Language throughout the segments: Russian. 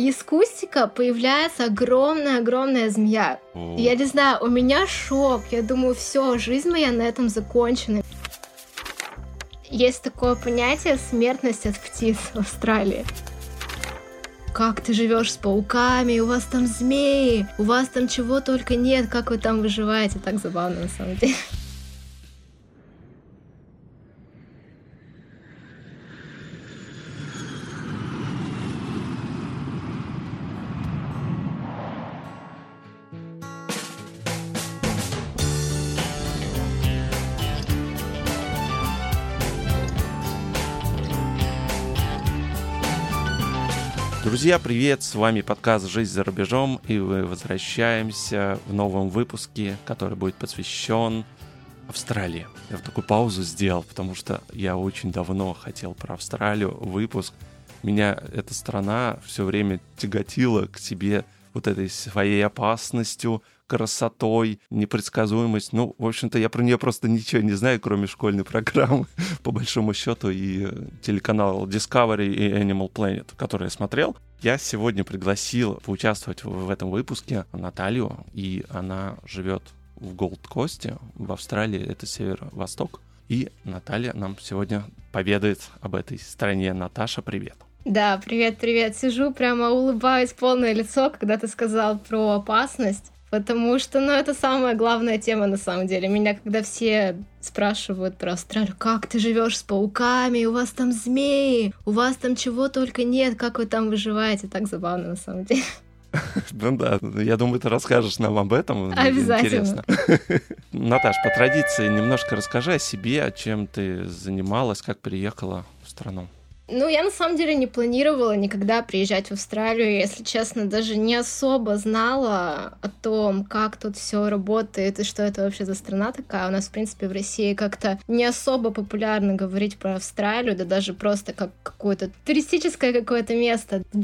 из кустика появляется огромная змея. Я не знаю, у меня шок. Я думаю, все, жизнь моя на этом закончена. Есть такое понятие смертность от птиц в Австралии. Как ты живешь с пауками, у вас там змеи, у вас там чего только нет, как вы там выживаете. Так забавно на самом деле. Друзья, привет! С вами подкаст «Жизнь за рубежом», и мы возвращаемся в новом выпуске, который будет посвящен Австралии. Я вот такую паузу сделал, потому что я очень давно хотел про Австралию выпуск. Меня эта страна все время тяготила к себе вот этой своей опасностью, красотой, непредсказуемость. Ну, в общем-то, я про нее просто ничего не знаю, кроме школьной программы, по большому счету, и телеканал Discovery и Animal Planet, который я смотрел. Я сегодня пригласил поучаствовать в этом выпуске Наталью, и она живет в Голд-Косте, в Австралии, это северо-восток. И Наталья нам сегодня поведает об этой стране. Наташа, привет! Да, привет. Сижу, прямо улыбаюсь полное лицо, когда ты сказал про опасность. Потому что, это самая главная тема на самом деле. Меня, когда все спрашивают про Австралию, как ты живешь с пауками, у вас там змеи, у вас там чего только нет, как вы там выживаете, так забавно на самом деле. Ну да, я думаю, ты расскажешь нам об этом. Обязательно. Интересно. Наташ, по традиции немножко расскажи о себе, чем ты занималась, как приехала в страну. Я на самом деле не планировала никогда приезжать в Австралию, если честно, даже не особо знала о том, как тут все работает и что это вообще за страна такая. У нас, в принципе, в России как-то не особо популярно говорить про Австралию, да даже просто как какое-то туристическое какое-то место. В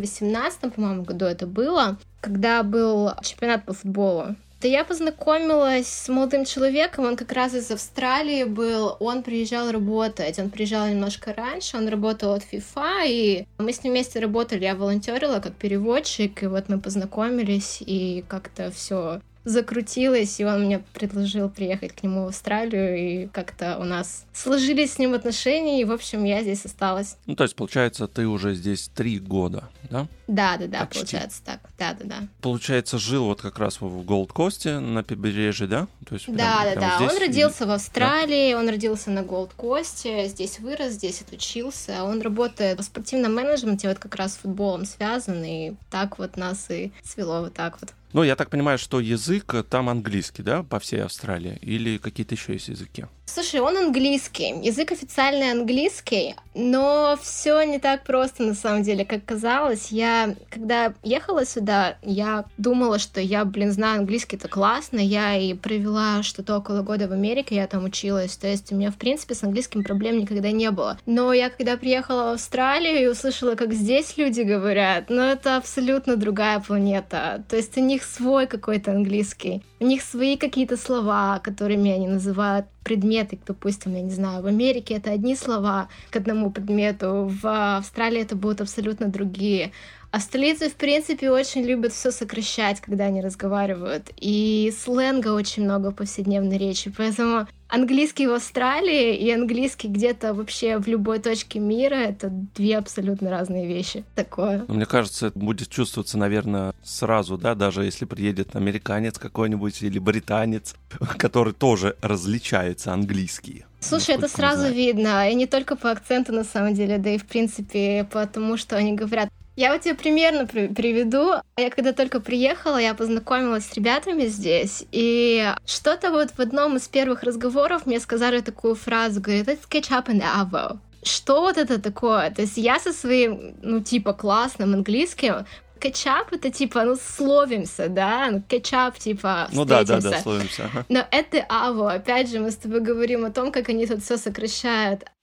2018, по-моему, году это было, когда был чемпионат по футболу. Да я познакомилась с молодым человеком, он как раз из Австралии был, он приезжал работать, он приезжал немножко раньше, он работал от FIFA, и мы с ним вместе работали, я волонтерила как переводчик, и вот мы познакомились, и как-то все закрутилось, и он мне предложил приехать к нему в Австралию, и как-то у нас сложились с ним отношения, и, в общем, я здесь осталась. То есть, получается, ты уже здесь 3 года, да? Да, почти. Получается так, да. Получается, жил вот как раз в Голд-Косте, на побережье, да? То есть, да. Здесь... Он родился в Австралии, он родился на Голд-Косте, здесь вырос, здесь отучился. Он работает в спортивном менеджменте, вот как раз с футболом связан, и так вот нас и свело вот так вот. Я так понимаю, что язык там английский, да, по всей Австралии? Или какие-то еще есть языки? Слушай, он английский. Язык официальный английский, но все не так просто на самом деле, как казалось. Я, когда ехала сюда, я думала, что я, знаю английский-то классно. Я и провела что-то около года в Америке, я там училась. То есть у меня, в принципе, с английским проблем никогда не было. Но я, когда приехала в Австралию и услышала, как здесь люди говорят, это абсолютно другая планета. То есть у них свой какой-то английский. У них свои какие-то слова, которыми они называют предметы, допустим, я не знаю, в Америке это одни слова к одному предмету, в Австралии это будут абсолютно другие. Австралийцы, в принципе, очень любят все сокращать, когда они разговаривают, и сленга очень много в повседневной речи, поэтому английский в Австралии и английский где-то вообще в любой точке мира — это две абсолютно разные вещи. Такое. Мне кажется, это будет чувствоваться, наверное, сразу, да, даже если приедет американец какой-нибудь или британец, который тоже различается английский. Слушай, это сразу видно, и не только по акценту на самом деле, да и в принципе по тому, что они говорят. Я вот тебе примерно приведу. Я когда только приехала, я познакомилась с ребятами здесь, и что-то вот в одном из первых разговоров мне сказали такую фразу, говорят, it's ketchup and avo. Что вот это такое? То есть я со своим, классным английским, кетчап — это словимся, да? Кетчап, встретимся. Да, словимся. Ага. Но это аво. Опять же, мы с тобой говорим о том, как они тут все сокращают.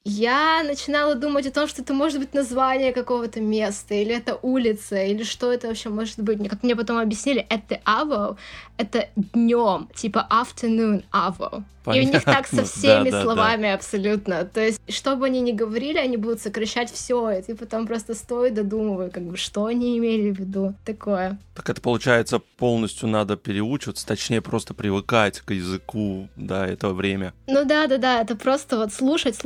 я начинала думать о том, что это может быть название какого-то места, или это улица, или что это вообще может быть. Как мне потом объяснили, это avo, это днем, типа afternoon avo. И у них так со всеми словами абсолютно. То есть, что бы они ни говорили, они будут сокращать все, и ты потом просто стой и додумывай, как бы, что они имели в виду. Такое. Так это, получается, полностью надо переучиваться, точнее, просто привыкать к языку, да, это время. Ну да, это просто вот слушать,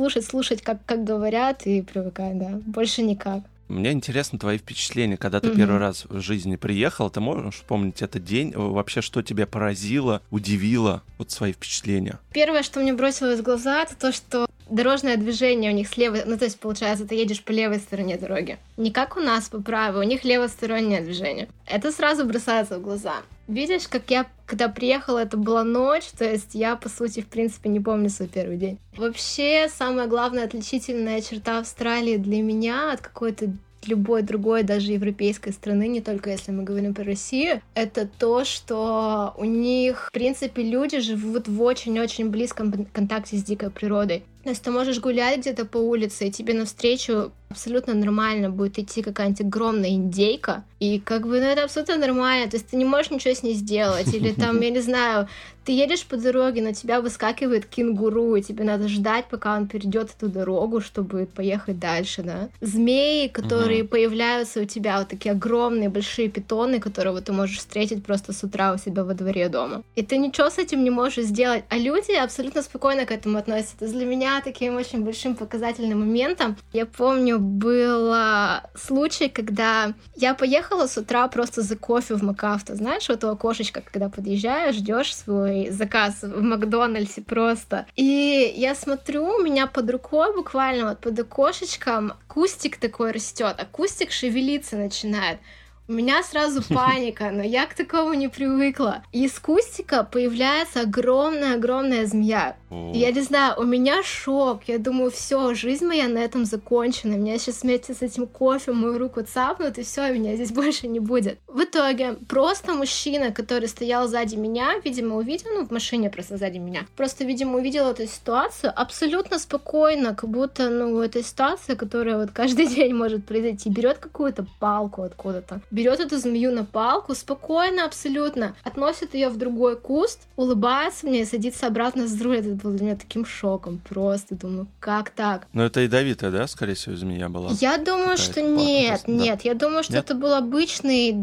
как говорят, и привыкать, да. Больше никак. Мне интересно твои впечатления, когда ты первый раз в жизни приехал. Ты можешь вспомнить этот день? Вообще, что тебя поразило, удивило? Вот свои впечатления. Первое, что мне бросилось в глаза, это то, что дорожное движение у них слева, ну то есть, получается, ты едешь по левой стороне дороги. Не как у нас по правой, у них левостороннее движение. Это сразу бросается в глаза. Видишь, как я, когда приехала, это была ночь, то есть я, по сути, в принципе, не помню свой первый день. Вообще, самая главная отличительная черта Австралии для меня от какой-то любой другой, даже европейской страны, не только если мы говорим про Россию, это то, что у них, в принципе, люди живут в очень-очень близком контакте с дикой природой. То есть ты можешь гулять где-то по улице, и тебе навстречу абсолютно нормально будет идти какая-нибудь огромная индейка, и как бы, ну это абсолютно нормально, то есть ты не можешь ничего с ней сделать, или там, я не знаю, ты едешь по дороге, на тебя выскакивает кенгуру, и тебе надо ждать, пока он перейдет эту дорогу, чтобы поехать дальше, да. Змеи, которые появляются у тебя, вот такие огромные большие питоны, которые ты можешь встретить просто с утра у себя во дворе дома. И ты ничего с этим не можешь сделать, а люди абсолютно спокойно к этому относятся. То есть для меня таким очень большим показательным моментом, я помню, был случай, когда я поехала с утра просто за кофе в Макафто. Знаешь, вот у окошечка, когда подъезжаешь, ждешь свой заказ в Макдональдсе просто. И я смотрю, у меня под рукой, буквально вот под окошечком, кустик такой растет, а кустик шевелиться начинает. У меня сразу паника, но я к такому не привыкла. И из кустика появляется огромная-огромная змея. И я не знаю, у меня шок. Я думаю, все, жизнь моя на этом закончена. Меня сейчас вместе с этим кофе мою руку цапнут, и все, меня здесь больше не будет. В итоге просто мужчина, который стоял сзади меня, видимо, увидел, ну, в машине просто сзади меня, просто, видимо, увидел эту ситуацию абсолютно спокойно, как будто, ну, это ситуация, которая вот каждый день может произойти. Берет какую-то палку откуда-то, берет эту змею на палку, спокойно абсолютно, относит ее в другой куст, улыбается мне и садится обратно за руль. Это было для меня таким шоком. Просто думаю, как так? Но это ядовитая, да, скорее всего, змея была? Я думаю, что нет. Я думаю, что это был обычный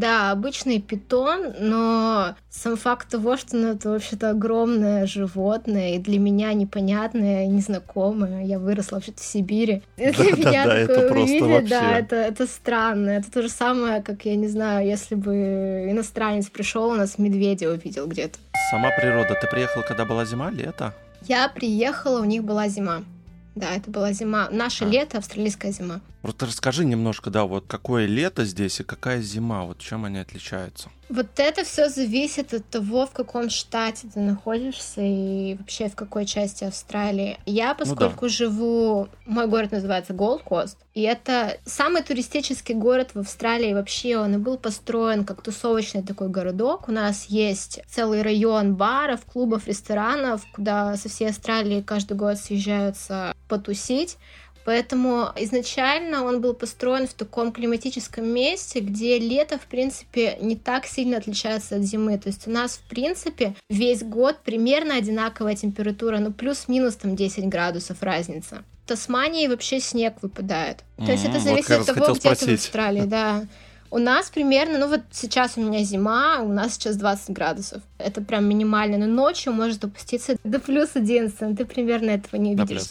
питон, но сам факт того, что это вообще-то огромное животное, и для меня непонятное, незнакомое. Я выросла вообще-то в Сибири. Для меня такое увидеть, это странно. Это то же самое, как, я не знаю, если бы иностранец пришел, у нас медведя увидел где-то. Сама природа. Ты приехала, когда была зима, лето? Я приехала, у них была зима. Да, это была зима. Наше лето, австралийская зима. Вот расскажи немножко, да, вот какое лето здесь и какая зима, вот чем они отличаются? Вот это все зависит от того, в каком штате ты находишься и вообще в какой части Австралии. Я, поскольку живу... Мой город называется Gold Coast, и это самый туристический город в Австралии вообще. Он и был построен как тусовочный такой городок. У нас есть целый район баров, клубов, ресторанов, куда со всей Австралии каждый год съезжаются потусить. Поэтому изначально он был построен в таком климатическом месте, где лето, в принципе, не так сильно отличается от зимы. То есть у нас, в принципе, весь год примерно одинаковая температура, ну плюс-минус там 10 градусов разница. В Тасмании вообще снег выпадает. То есть это зависит от того, где ты в Австралии, да. У нас примерно, ну вот сейчас у меня зима, у нас сейчас 20 градусов. Это прям минимально, но ночью может опуститься до плюс 11, но ты примерно этого не увидишь.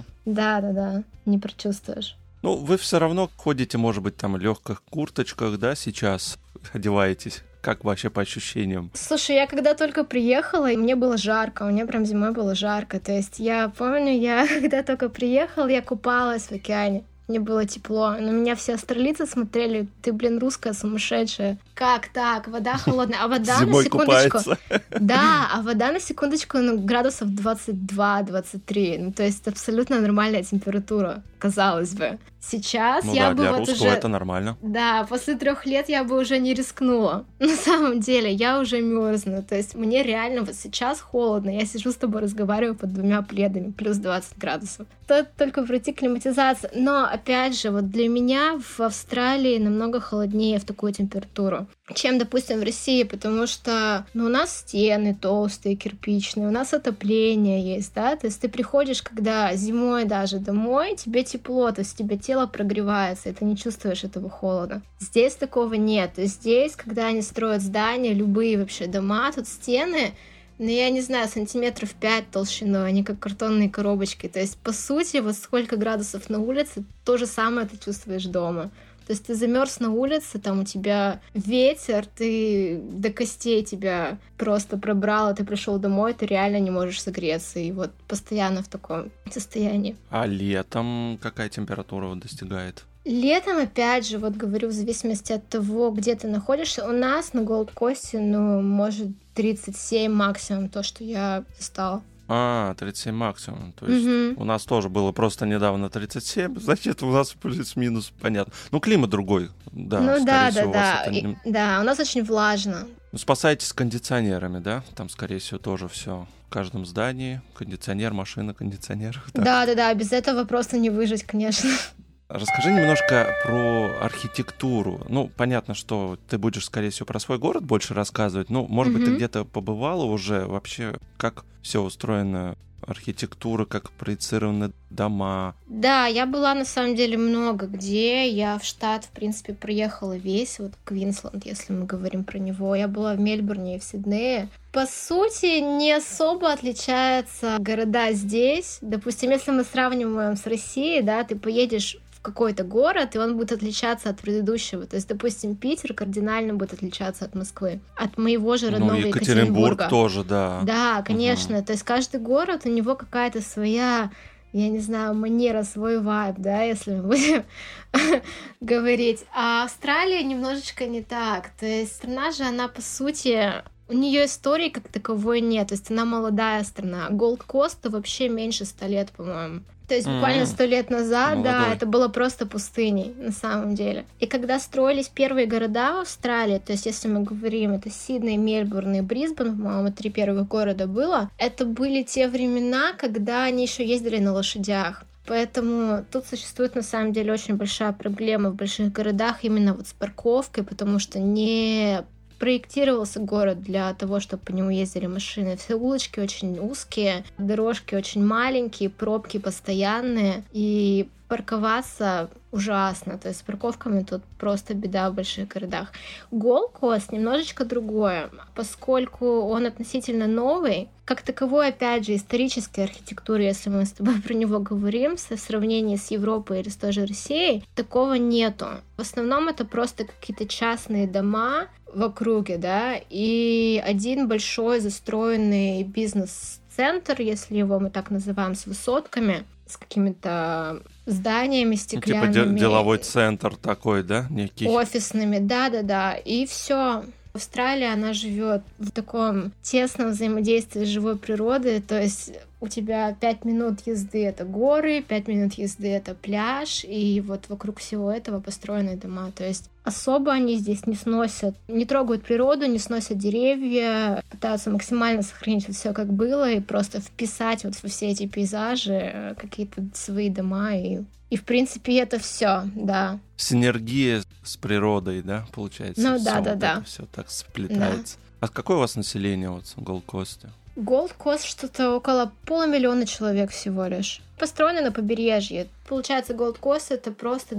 Да, не прочувствуешь. Ну, вы все равно ходите, может быть, там в легких курточках, да, сейчас одеваетесь? Как вообще по ощущениям? Слушай, я когда только приехала, мне было жарко, мне прям зимой было жарко. То есть я помню, когда только приехала, я купалась в океане. Мне было тепло, но меня все австралийцы смотрели, ты, русская сумасшедшая. Как так? Вода холодная. А вода Зимой на секундочку... купается. Да, а вода на секундочку градусов 22-23. Ну, то есть абсолютно нормальная температура, казалось бы. Сейчас Ну я да, бы для вот русского уже... это нормально. Да, после 3 лет я бы уже не рискнула. На самом деле, я уже мерзну. То есть мне реально вот сейчас холодно. Я сижу с тобой, разговариваю под 2 пледами, плюс 20 градусов. Тут только пройти климатизацию. Но, опять же, вот для меня в Австралии намного холоднее в такую температуру, чем, допустим, в России, потому что у нас стены толстые, кирпичные, у нас отопление есть, да, то есть ты приходишь, когда зимой даже домой, тебе тепло, то есть у тебя тело прогревается, и ты не чувствуешь этого холода. Здесь такого нет, то есть здесь, когда они строят здания, любые вообще дома, тут стены, я не знаю, сантиметров 5 толщиной, они как картонные коробочки, то есть, по сути, вот сколько градусов на улице, то же самое ты чувствуешь дома. То есть ты замерз на улице, там у тебя ветер, ты до костей тебя просто пробрало, ты пришел домой, ты реально не можешь согреться, и вот постоянно в таком состоянии. А летом какая температура достигает? Летом, опять же, вот говорю, в зависимости от того, где ты находишься, у нас на Голд Косте, может, 37 максимум, то, что я стала. 37 максимум. То есть у нас тоже было просто недавно 37, значит, у нас плюс-минус, понятно. Ну, климат другой, да. Ну да. Это... Да, у нас очень влажно. Спасайтесь кондиционерами, да? Там, скорее всего, тоже все. В каждом здании кондиционер, машина, кондиционер. Да, без этого просто не выжить, конечно. Расскажи немножко про архитектуру. Ну, понятно, что ты будешь, скорее всего, про свой город больше рассказывать. Ну, может быть, ты где-то побывала уже вообще, как все устроено, архитектура, как проецированы дома. Да, я была на самом деле много где. Я в штат, в принципе, проехала весь, вот Квинсленд, если мы говорим про него. Я была в Мельбурне и в Сиднее. По сути, не особо отличаются города здесь. Допустим, если мы сравниваем с Россией, да, ты поедешь в какой-то город, и он будет отличаться от предыдущего. То есть, допустим, Питер кардинально будет отличаться от Москвы, от моего же родного Екатеринбурга. Тоже, да. Да, конечно. То есть каждый город, у него какая-то своя, я не знаю, манера, свой вайб, да, если мы будем говорить. А Австралия немножечко не так. То есть страна же, она по сути... У нее истории как таковой нет, то есть она молодая страна. Голд Коста вообще меньше 100 лет, по-моему. То есть буквально 100 лет назад, молодой. Да, это было просто пустыней на самом деле. И когда строились первые города в Австралии, то есть если мы говорим, это Сидней, Мельбурн и Брисбен, по-моему, 3 первых города было, это были те времена, когда они еще ездили на лошадях. Поэтому тут существует на самом деле очень большая проблема в больших городах именно вот с парковкой, потому что не проектировался город для того, чтобы по нему ездили машины. Все улочки очень узкие, дорожки очень маленькие, пробки постоянные, и парковаться ужасно. То есть с парковками тут просто беда в больших городах. Голд Кост немножечко другое, поскольку он относительно новый. Как таковой, опять же, исторической архитектуры, если мы с тобой про него говорим, в сравнении с Европой или с той же Россией, такого нету. В основном это просто какие-то частные дома в округе, да, и один большой застроенный бизнес-центр, если его мы так называем, с высотками, с какими-то зданиями стеклянными. Типа деловой центр такой, да, некий? Офисными, да, и все. Австралия, она живет в таком тесном взаимодействии с живой природой, то есть у тебя 5 минут езды — это горы, 5 минут езды — это пляж, и вот вокруг всего этого построены дома, то есть особо они здесь не сносят, не трогают природу, не сносят деревья, пытаются максимально сохранить все как было и просто вписать вот во все эти пейзажи какие-то свои дома, и в принципе это все, да. Синергия с природой, да, получается? Ну да. Все так сплетается. Да. А какое у вас население вот в Голд Косте? Голд Кост что-то около 500 000 человек всего лишь. Построено на побережье. Получается, Голд Кост — это просто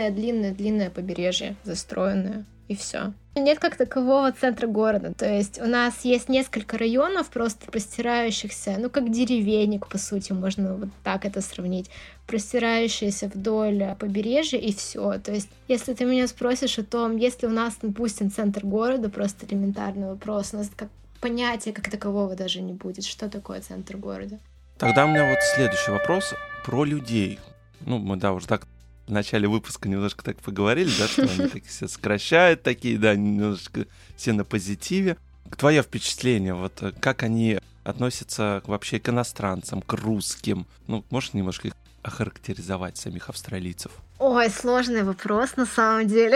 длинное побережье, застроенное, и все. Нет как такового центра города. То есть у нас есть несколько районов, просто простирающихся, как деревенек, по сути, можно вот так это сравнить, простирающиеся вдоль побережья, и все. То есть, если ты меня спросишь о том, есть ли у нас, допустим, центр города, просто элементарный вопрос, у нас как понятия как такового даже не будет. Что такое центр города? Тогда у меня вот следующий вопрос про людей. Мы, да, уже так в начале выпуска немножко так поговорили, да, что они так все сокращают такие, да, немножечко все на позитиве. Твое впечатление, вот как они относятся вообще к иностранцам, к русским? Ну, можешь немножко их охарактеризовать, самих австралийцев? Ой, сложный вопрос на самом деле.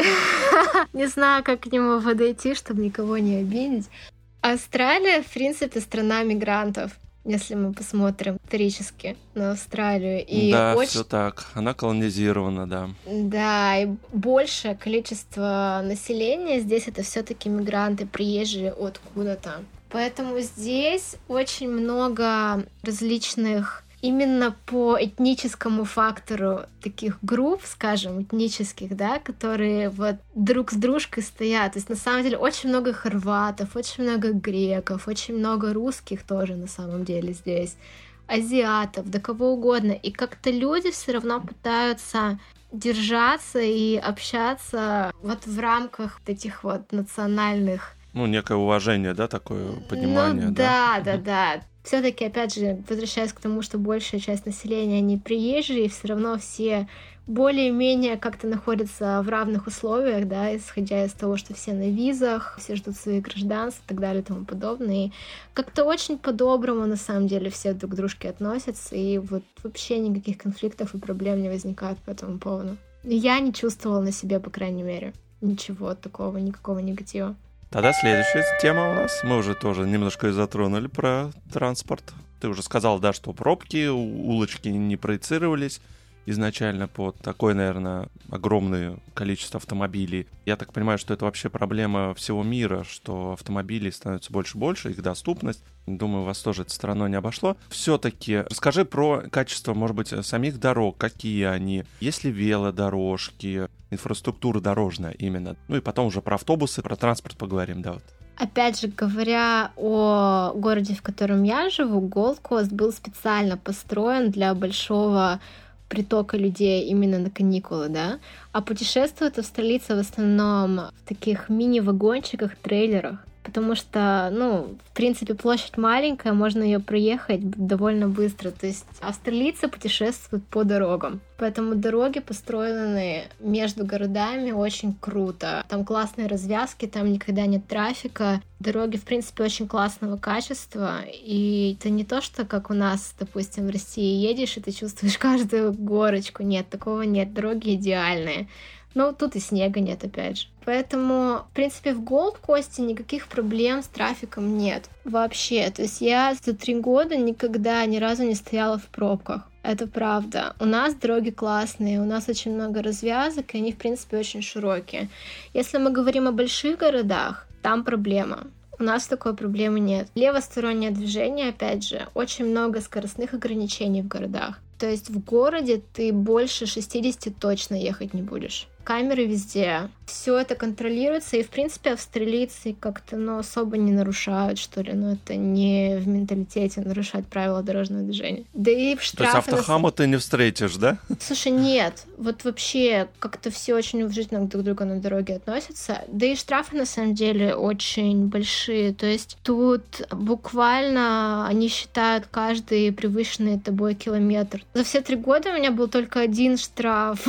Не знаю, как к нему подойти, чтобы никого не обидеть. Австралия, в принципе, страна мигрантов, если мы посмотрим исторически на Австралию. И да, все так. Она колонизирована, да. Да, и большее количество населения здесь это все-таки мигранты, приезжие откуда-то. Поэтому здесь очень много различных именно по этническому фактору таких групп, скажем, этнических, да, которые вот друг с дружкой стоят. То есть на самом деле очень много хорватов, очень много греков, очень много русских тоже на самом деле здесь, азиатов, да кого угодно. И как-то люди все равно пытаются держаться и общаться вот в рамках вот этих вот национальных. Ну, некое уважение, да, такое понимание. Ну, да. Все-таки, опять же, возвращаясь к тому, что большая часть населения, они приезжие, все равно все более-менее как-то находятся в равных условиях, да, исходя из того, что все на визах, все ждут своих гражданств и так далее и тому подобное. И как-то очень по-доброму, на самом деле, все друг к дружке относятся, и вот вообще никаких конфликтов и проблем не возникает по этому поводу. Я не чувствовала на себе, по крайней мере, ничего такого, никакого негатива. Тогда следующая тема у нас. Мы уже тоже немножко затронули про транспорт. Ты уже сказал, да, что пробки, улочки не проецировались изначально под такое, наверное, огромное количество автомобилей. Я так понимаю, что это вообще проблема всего мира, что автомобилей становится больше и больше, их доступность. Думаю, вас тоже это стороной не обошло. Все-таки расскажи про качество, может быть, самих дорог, какие они, есть ли велодорожки, инфраструктура дорожная именно. Ну и потом уже про автобусы, про транспорт поговорим, да, вот. Опять же, говоря о городе, в котором я живу, Голд Кост был специально построен для большого притока людей именно на каникулы, да, а путешествуют австралийцы в основном в таких мини-вагончиках, трейлерах, потому что, ну, в принципе, площадь маленькая, можно ее проехать довольно быстро, то есть австралийцы путешествуют по дорогам, поэтому дороги построены между городами очень круто, там классные развязки, там никогда нет трафика, дороги, в принципе, очень классного качества, и это не то, что как у нас, допустим, в России едешь, и ты чувствуешь каждую горочку, нет, такого нет, дороги идеальные. Но тут и снега нет, опять же. Поэтому, в принципе, в Голд Косте никаких проблем с трафиком нет вообще. То есть я за 3 года никогда ни разу не стояла в пробках. Это правда. У нас дороги классные, у нас очень много развязок, и они, в принципе, очень широкие. Если мы говорим о больших городах, там проблема. У нас такой проблемы нет. Левостороннее движение, опять же, очень много скоростных ограничений в городах. То есть в городе ты больше 60 точно ехать не будешь. Камеры везде. Все это контролируется, и, в принципе, австралийцы как-то, особо не нарушают, что ли. Это не в менталитете нарушать правила дорожного движения. Да и штрафы... То есть автохама ты не встретишь, да? Слушай, нет. Вот вообще как-то все очень уважительно друг к другу на дороге относятся. Да и штрафы, на самом деле, очень большие. То есть тут буквально они считают каждый превышенный тобой километр. За все 3 года у меня был только 1 штраф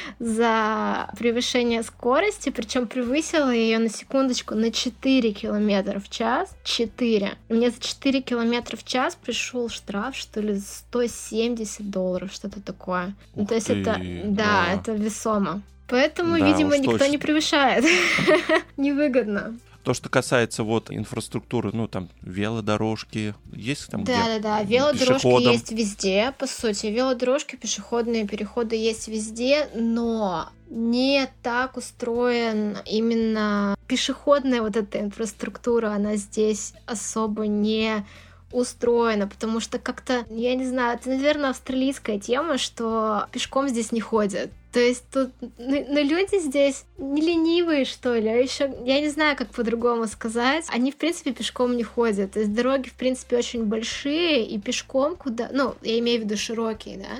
за превышение скорости, причем превысила я ее на секундочку на 4 километра в час. 4. И мне за 4 километра в час пришел штраф, что ли, $170, что-то такое. Ну, то есть это, да, это весомо. Поэтому, да, видимо, никто точно не превышает. Невыгодно. То, что касается вот инфраструктуры, там велодорожки, есть там где? Да, велодорожки есть везде, по сути. Велодорожки, пешеходные переходы есть везде, но не так устроен именно пешеходная вот эта инфраструктура, она здесь особо не устроена, потому что как-то, я не знаю, это, наверное, австралийская тема, что пешком здесь не ходят. То есть тут, люди здесь не ленивые, что ли, а еще, я не знаю, как по-другому сказать, они, в принципе, пешком не ходят, то есть дороги, в принципе, очень большие, и пешком куда, я имею в виду широкие, да,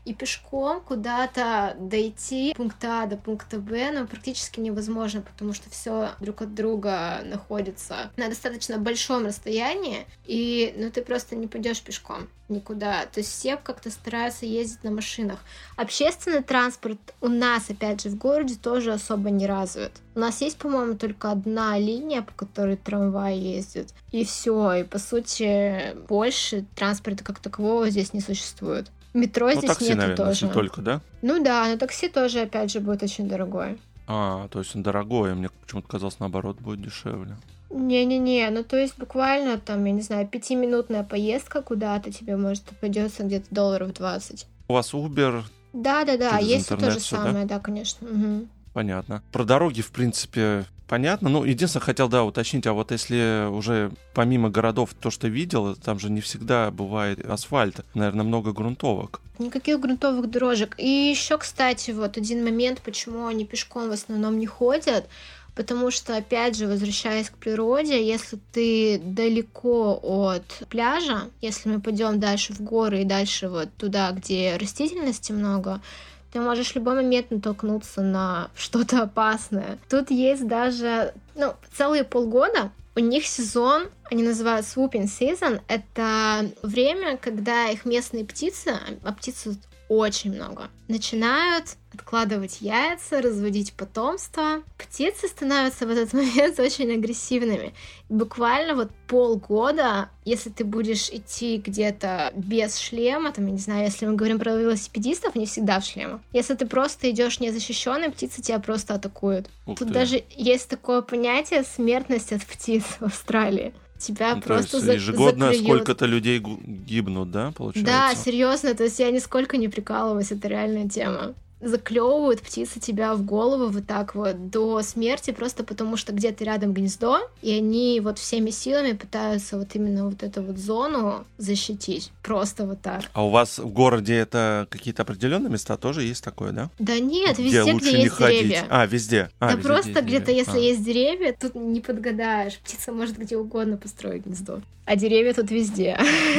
И пешком куда-то дойти от пункта А до пункта Б, ну, практически невозможно, потому что все друг от друга находится на достаточно большом расстоянии, и, ну, ты просто не пойдешь пешком никуда. То есть все как-то стараются ездить на машинах. Общественный транспорт у нас, опять же, в городе тоже особо не развит. У нас есть, по-моему, только одна линия, по которой трамвай ездит. И все. И, по сути, больше транспорта как такового здесь не существует. Метро здесь такси, нету наверное, тоже. если только, да? Ну да, но такси тоже, опять же, будет очень дорогое. То есть он дорогой, мне почему-то казалось, наоборот, будет дешевле. Не-не-не, ну то есть буквально там, я не знаю, 5-минутная поездка куда-то тебе может обойдется где-то $20. У вас Uber? Да, через есть и то интернет же всё, самое, да, конечно. Угу. Понятно. Про дороги, в принципе, понятно. Ну, единственное, хотел, да, уточнить, а вот если уже помимо городов то, что видел, там же не всегда бывает асфальт, наверное, много грунтовок. Никаких грунтовых дорожек. И еще, кстати, вот один момент, почему они пешком в основном не ходят, потому что, опять же, возвращаясь к природе, если ты далеко от пляжа, если мы пойдем дальше в горы и дальше вот туда, где растительности много, ты можешь в любой момент натолкнуться на что-то опасное. Тут есть даже, целые полгода у них сезон, они называют swooping season, это время, когда их местные птицы, а птиц очень много, начинают откладывать яйца, разводить потомство. Птицы становятся в этот момент очень агрессивными. И буквально вот полгода, если ты будешь идти где-то без шлема, там, я не знаю, если мы говорим про велосипедистов, они всегда в шлемах. Если ты просто идешь незащищенный, птицы тебя просто атакуют. Тут даже есть такое понятие смертность от птиц в Австралии. Тебя просто ежегодно закрыют. Сколько-то людей гибнут, да, получается? Да, серьезно, то есть я нисколько не прикалываюсь, это реальная тема. Заклевывают птицы тебя в голову вот так вот до смерти, просто потому что где-то рядом гнездо, и они вот всеми силами пытаются вот именно вот эту вот зону защитить. Просто вот так. А у вас в городе это какие-то определенные места тоже есть такое, да? Да нет, где везде, лучше где не есть ходить. деревья. Везде. Да везде просто есть где-то, деревья. если есть деревья, тут не подгадаешь. Птица может где угодно построить гнездо. А деревья тут везде.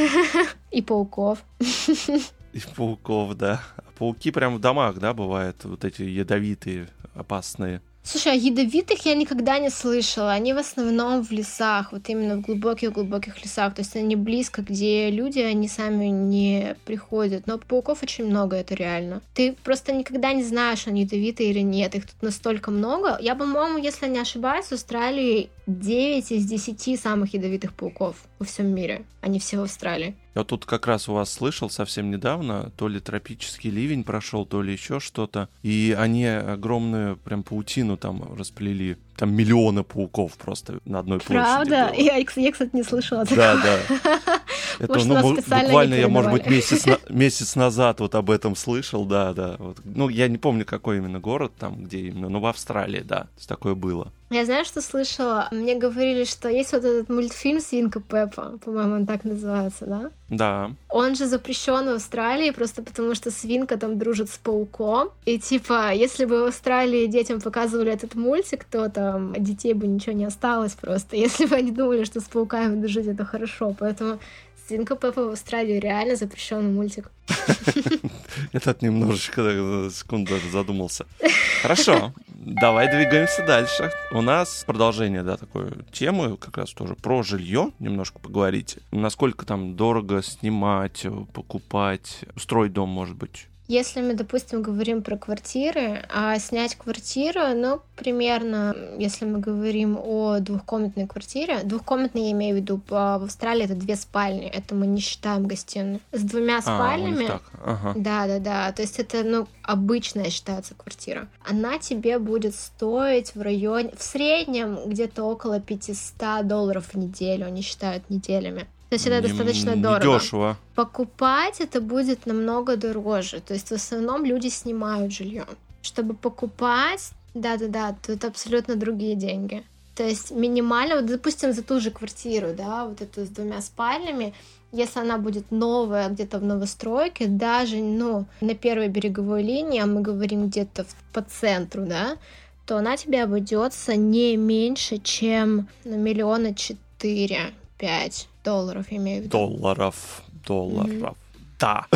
И пауков. И пауков, да. Пауки прям в домах, да, бывают вот эти ядовитые, опасные. Слушай, а ядовитых я никогда не слышала. Они в основном в лесах, вот именно в глубоких-глубоких лесах. То есть они близко, где люди, они сами не приходят. Но пауков очень много, это реально. Ты просто никогда не знаешь, они ядовитые или нет. Их тут настолько много. Я, по-моему, если не ошибаюсь, в Австралии 9 из 10 самых ядовитых пауков во всем мире. Они все в Австралии. Я тут как раз у вас слышал совсем недавно, то ли тропический ливень прошел, то ли еще что-то, и они огромную прям паутину там расплели. Там миллионы пауков просто на одной площади. Правда? было. Я, кстати, не слышала такого. Да. Это, Может, нас специально буквально не я, может быть, передавали. месяц назад вот об этом слышал, да. Вот. Ну, я не помню, какой именно город там, где именно, но в Австралии, да, то есть такое было. Я знаю, что слышала. Мне говорили, что есть вот этот мультфильм «Свинка Пеппа», по-моему, он так называется, да? Да. Он же запрещен в Австралии просто потому, что свинка там дружит с пауком. И типа, если бы в Австралии детям показывали этот мультик, то там от детей бы ничего не осталось просто. Если бы они думали, что с пауками дружить это хорошо. Поэтому «Свинка Пеппа» в Австралии реально запрещенный мультик. Я тут немножечко, секунду даже задумался. Хорошо, давай двигаемся дальше. У нас продолжение, да, такой темы, как раз тоже про жилье немножко поговорить. Насколько там дорого снимать, покупать, строить дом, может быть. Если мы, допустим, говорим про квартиры, а снять квартиру, примерно, если мы говорим о двухкомнатной квартире, двухкомнатной я имею в виду, в Австралии это 2 спальни, это мы не считаем гостиную. С 2 спальнями, да, то есть это, обычная считается квартира. Она тебе будет стоить в среднем где-то около $500 в неделю, они считают неделями. То есть это достаточно дорого. Дешево. Покупать это будет намного дороже. То есть в основном люди снимают жилье. Чтобы покупать, да, тут абсолютно другие деньги. То есть минимально, вот, допустим, за ту же квартиру, да, вот эту с 2 спальнями, если она будет новая, где-то в новостройке, даже, на первой береговой линии, а мы говорим где-то по центру, да, то она тебе обойдется не меньше, чем $4-5 миллиона, я имею в виду. Долларов. Да.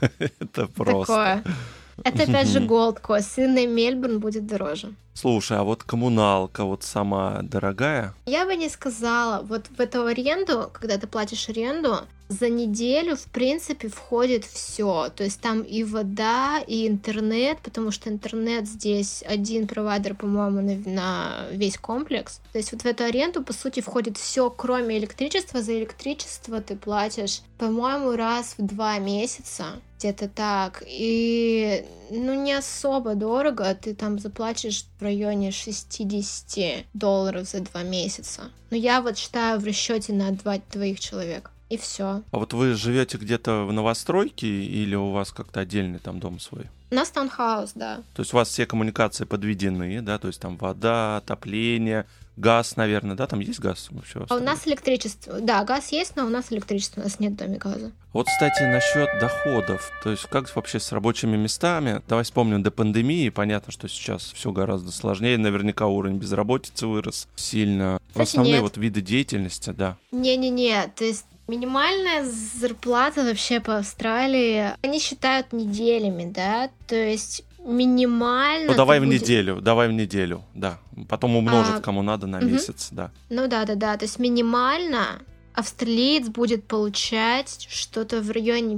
Это просто. Такое. Это опять же Gold Coast. Сидней, Мельбурн будет дороже. Слушай, а вот коммуналка вот сама дорогая? Я бы не сказала. Вот в эту аренду, когда ты платишь аренду, за неделю, в принципе, входит все. То есть там и вода, и интернет, потому что интернет здесь один провайдер, по-моему, на весь комплекс. То есть вот в эту аренду, по сути, входит все, кроме электричества. За электричество ты платишь, по-моему, раз в 2 месяца. Где-то так. И, не особо дорого. Ты там заплатишь в районе $60 за 2 месяца. Но я вот считаю в расчете на 2 человек. И все. А вот вы живете где-то в новостройке или у вас как-то отдельный там дом свой? У нас таунхаус, да. То есть у вас все коммуникации подведены, да? То есть там вода, отопление, газ, наверное, да? Там есть газ вообще? А у нас электричество. Да, газ есть, но у нас электричество. У нас нет в доме газа. Вот, кстати, насчет доходов. То есть как вообще с рабочими местами? Давай вспомним до пандемии. Понятно, что сейчас все гораздо сложнее. Наверняка уровень безработицы вырос сильно. Кстати, основные нет. вот виды деятельности, да. Не-не-не, то есть минимальная зарплата вообще по Австралии, они считают неделями, да, то есть минимально... Ну, давай в неделю, да. Потом умножить, кому надо, на месяц, да. Ну да, то есть минимально австралиец будет получать что-то в районе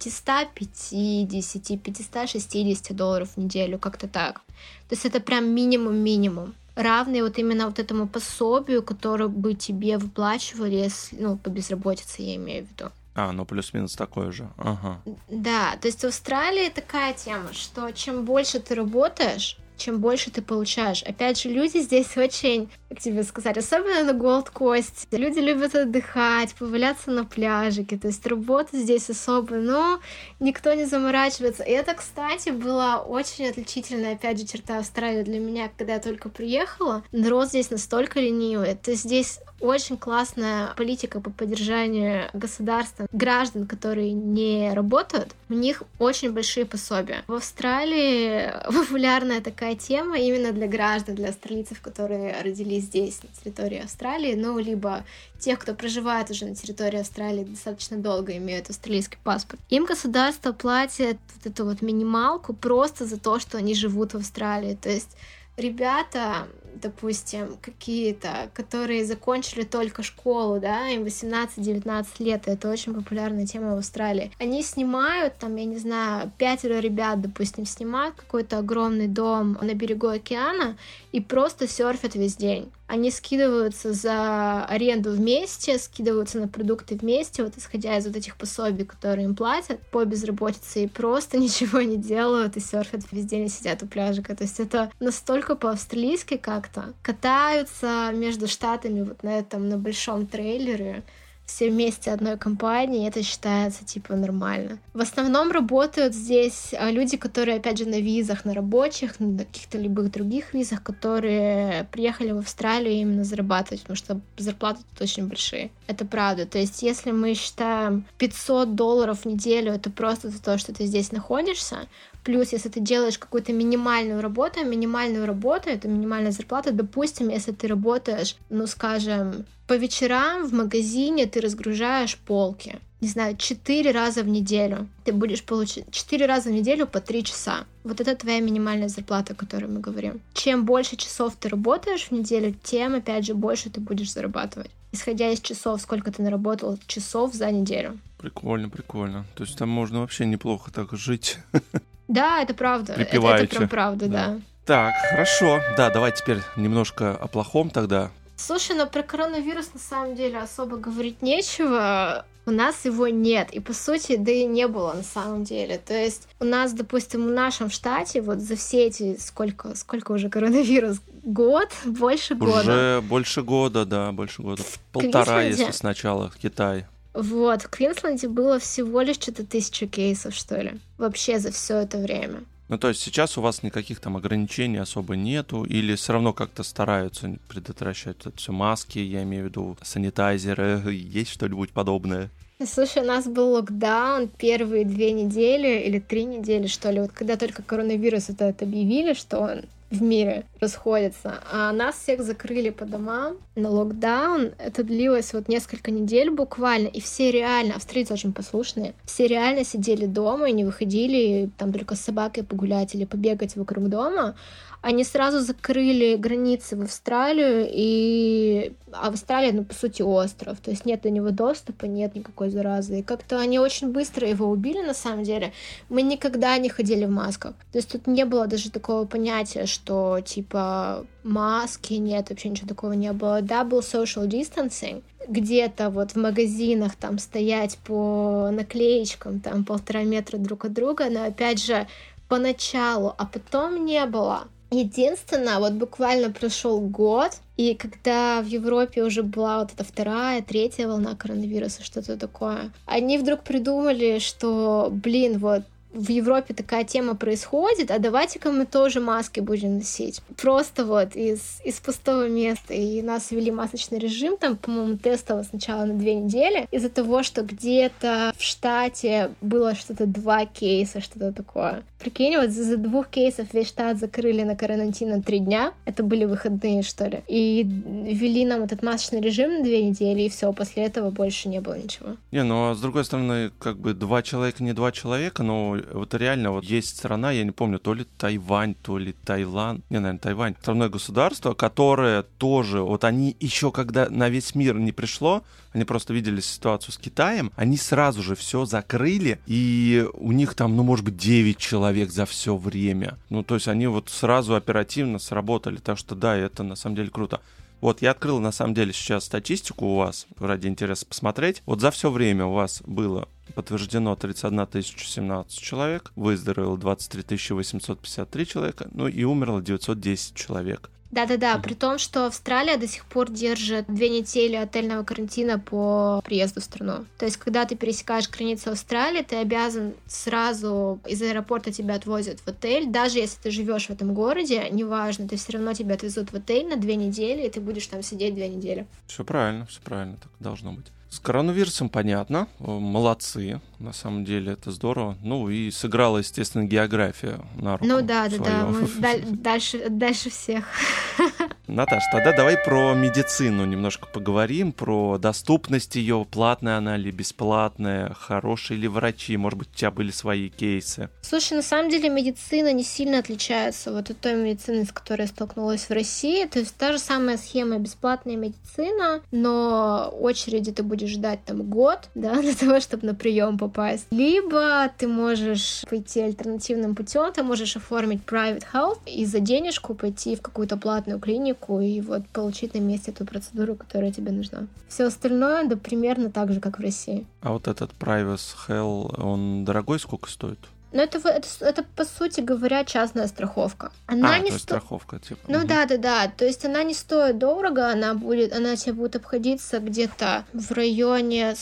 $550-560 в неделю, как-то так. То есть это прям минимум. Равный вот именно вот этому пособию, которое бы тебе выплачивали, если, по безработице, я имею в виду. Плюс-минус такое же. Ага. Да, то есть в Австралии такая тема, что чем больше ты работаешь, чем больше ты получаешь. Опять же, люди здесь очень, как тебе сказать, особенно на Gold Coast, люди любят отдыхать, поваляться на пляжике, то есть работа здесь особо, но никто не заморачивается. И это, кстати, была очень отличительная, опять же, черта Австралии для меня, когда я только приехала. Народ здесь настолько ленивый, то есть здесь очень классная политика по поддержанию государства, граждан, которые не работают, у них очень большие пособия. В Австралии популярная такая тема именно для граждан, для австралийцев, которые родились здесь, на территории Австралии, либо тех, кто проживает уже на территории Австралии достаточно долго, имеют австралийский паспорт. Им государство платит вот эту вот минималку просто за то, что они живут в Австралии. То есть ребята, допустим, какие-то, которые закончили только школу, да, им 18-19 лет, и это очень популярная тема в Австралии. Они снимают, 5 ребят, допустим, снимают какой-то огромный дом на берегу океана и просто серфят весь день. Они скидываются за аренду вместе, скидываются на продукты вместе, вот исходя из вот этих пособий, которые им платят по безработице, и просто ничего не делают и серфят весь день и сидят у пляжика. То есть это настолько по-австралийски как-то. Катаются между штатами вот на большом трейлере, все вместе одной компании, это считается нормально. В основном работают здесь люди, которые, опять же, на визах, на рабочих, на каких-то любых других визах, которые приехали в Австралию именно зарабатывать, потому что зарплаты тут очень большие. Это правда. То есть, если мы считаем $500 в неделю, это просто за то, что ты здесь находишься. Плюс, если ты делаешь какую-то минимальную работу, это минимальная зарплата. Допустим, если ты работаешь, скажем, по вечерам в магазине ты разгружаешь полки. 4 раза в неделю. Ты будешь получать 4 раза в неделю по 3 часа. Вот это твоя минимальная зарплата, о которой мы говорим. Чем больше часов ты работаешь в неделю, тем, опять же, больше ты будешь зарабатывать. Исходя из часов, сколько ты наработал часов за неделю. Прикольно. То есть там можно вообще неплохо так жить. Да, это правда. Припеваючи. Это прям правда, да. Так, хорошо. Да, давай теперь немножко о плохом тогда. Слушай, про коронавирус на самом деле особо говорить нечего. У нас его нет. И, по сути, да и не было на самом деле. То есть у нас, допустим, в нашем штате вот за все эти... Сколько уже коронавирус? Год? Больше года? Уже больше года, да, больше года. 1,5, если сначала в Китае. Вот, в Квинсленде было всего лишь 1000 кейсов, что ли. Вообще за все это время. То есть сейчас у вас никаких там ограничений особо нету, или все равно как-то стараются предотвращать это все, маски, я имею в виду санитайзеры, есть что-нибудь подобное? Слушай, у нас был локдаун первые 2 недели или 3 недели, что ли, вот когда только коронавирус это объявили, что он в мире расходятся. А нас всех закрыли по домам на локдаун. Это длилось вот несколько недель буквально, и все реально, австрийцы очень послушные, все реально сидели дома и не выходили, там только с собакой погулять или побегать вокруг дома. Они сразу закрыли границы в Австралию, а в Австралии, по сути, остров, то есть нет до него доступа, нет никакой заразы. И как-то они очень быстро его убили, на самом деле. Мы никогда не ходили в масках. То есть тут не было даже такого понятия, что, типа, маски, нет, вообще ничего такого не было. Да, был social distancing, где-то вот в магазинах там стоять по наклеечкам, там 1,5 метра друг от друга, но, опять же, поначалу, а потом не было. Единственное, вот буквально прошел год, и когда в Европе уже была вот эта 2-я, 3-я волна коронавируса, что-то такое, они вдруг придумали, что, вот в Европе такая тема происходит, а давайте-ка мы тоже маски будем носить. Просто вот из пустого места. И нас ввели масочный режим, там, по-моему, тестово сначала на 2 недели, из-за того, что где-то в штате было что-то 2 кейса, что-то такое. Прикинь, вот из-за 2 кейсов весь штат закрыли на карантин на 3 дня. Это были выходные, что ли. И ввели нам этот масочный режим на 2 недели, и все, после этого больше не было ничего. А с другой стороны, 2 человека, не 2 человека, но вот реально вот есть страна, я не помню, то ли Тайвань, то ли Таиланд, наверное, Тайвань, островное государство, которое тоже, вот они еще когда на весь мир не пришло, они просто видели ситуацию с Китаем, они сразу же все закрыли, и у них там, может быть, 9 человек за все время. То есть они вот сразу оперативно сработали, так что да, это на самом деле круто. Вот, я открыл, на самом деле, сейчас статистику у вас, ради интереса посмотреть. Вот за все время у вас было подтверждено 31 017 человек, выздоровело 23 853 человека, и умерло 910 человек. Да-да-да, при том, что Австралия до сих пор держит 2 недели отельного карантина по приезду в страну. То есть, когда ты пересекаешь границу Австралии, ты обязан сразу из аэропорта тебя отвозят в отель, даже если ты живешь в этом городе, неважно, то все равно тебя отвезут в отель на 2 недели, и ты будешь там сидеть 2 недели. Все правильно, так должно быть. С коронавирусом понятно, молодцы, на самом деле это здорово. И сыграла, естественно, география на руку. Да, мы дальше всех. Наташ, тогда давай про медицину немножко поговорим, про доступность ее, платная она или бесплатная, хорошие ли врачи, может быть, у тебя были свои кейсы. Слушай, на самом деле медицина не сильно отличается вот от той медицины, с которой я столкнулась в России. То есть та же самая схема, бесплатная медицина, но очереди ты будешь ждать там год, да, для того, чтобы на прием попасть. Либо ты можешь пойти альтернативным путем, ты можешь оформить private health и за денежку пойти в какую-то платную клинику и вот получить на месте ту процедуру, которая тебе нужна. Все остальное, да, примерно так же, как в России. А вот этот private health, он дорогой, сколько стоит? Это по сути говоря, частная страховка. Она не страховка, типа. Да. То есть она не стоит дорого, она тебе будет обходиться где-то в районе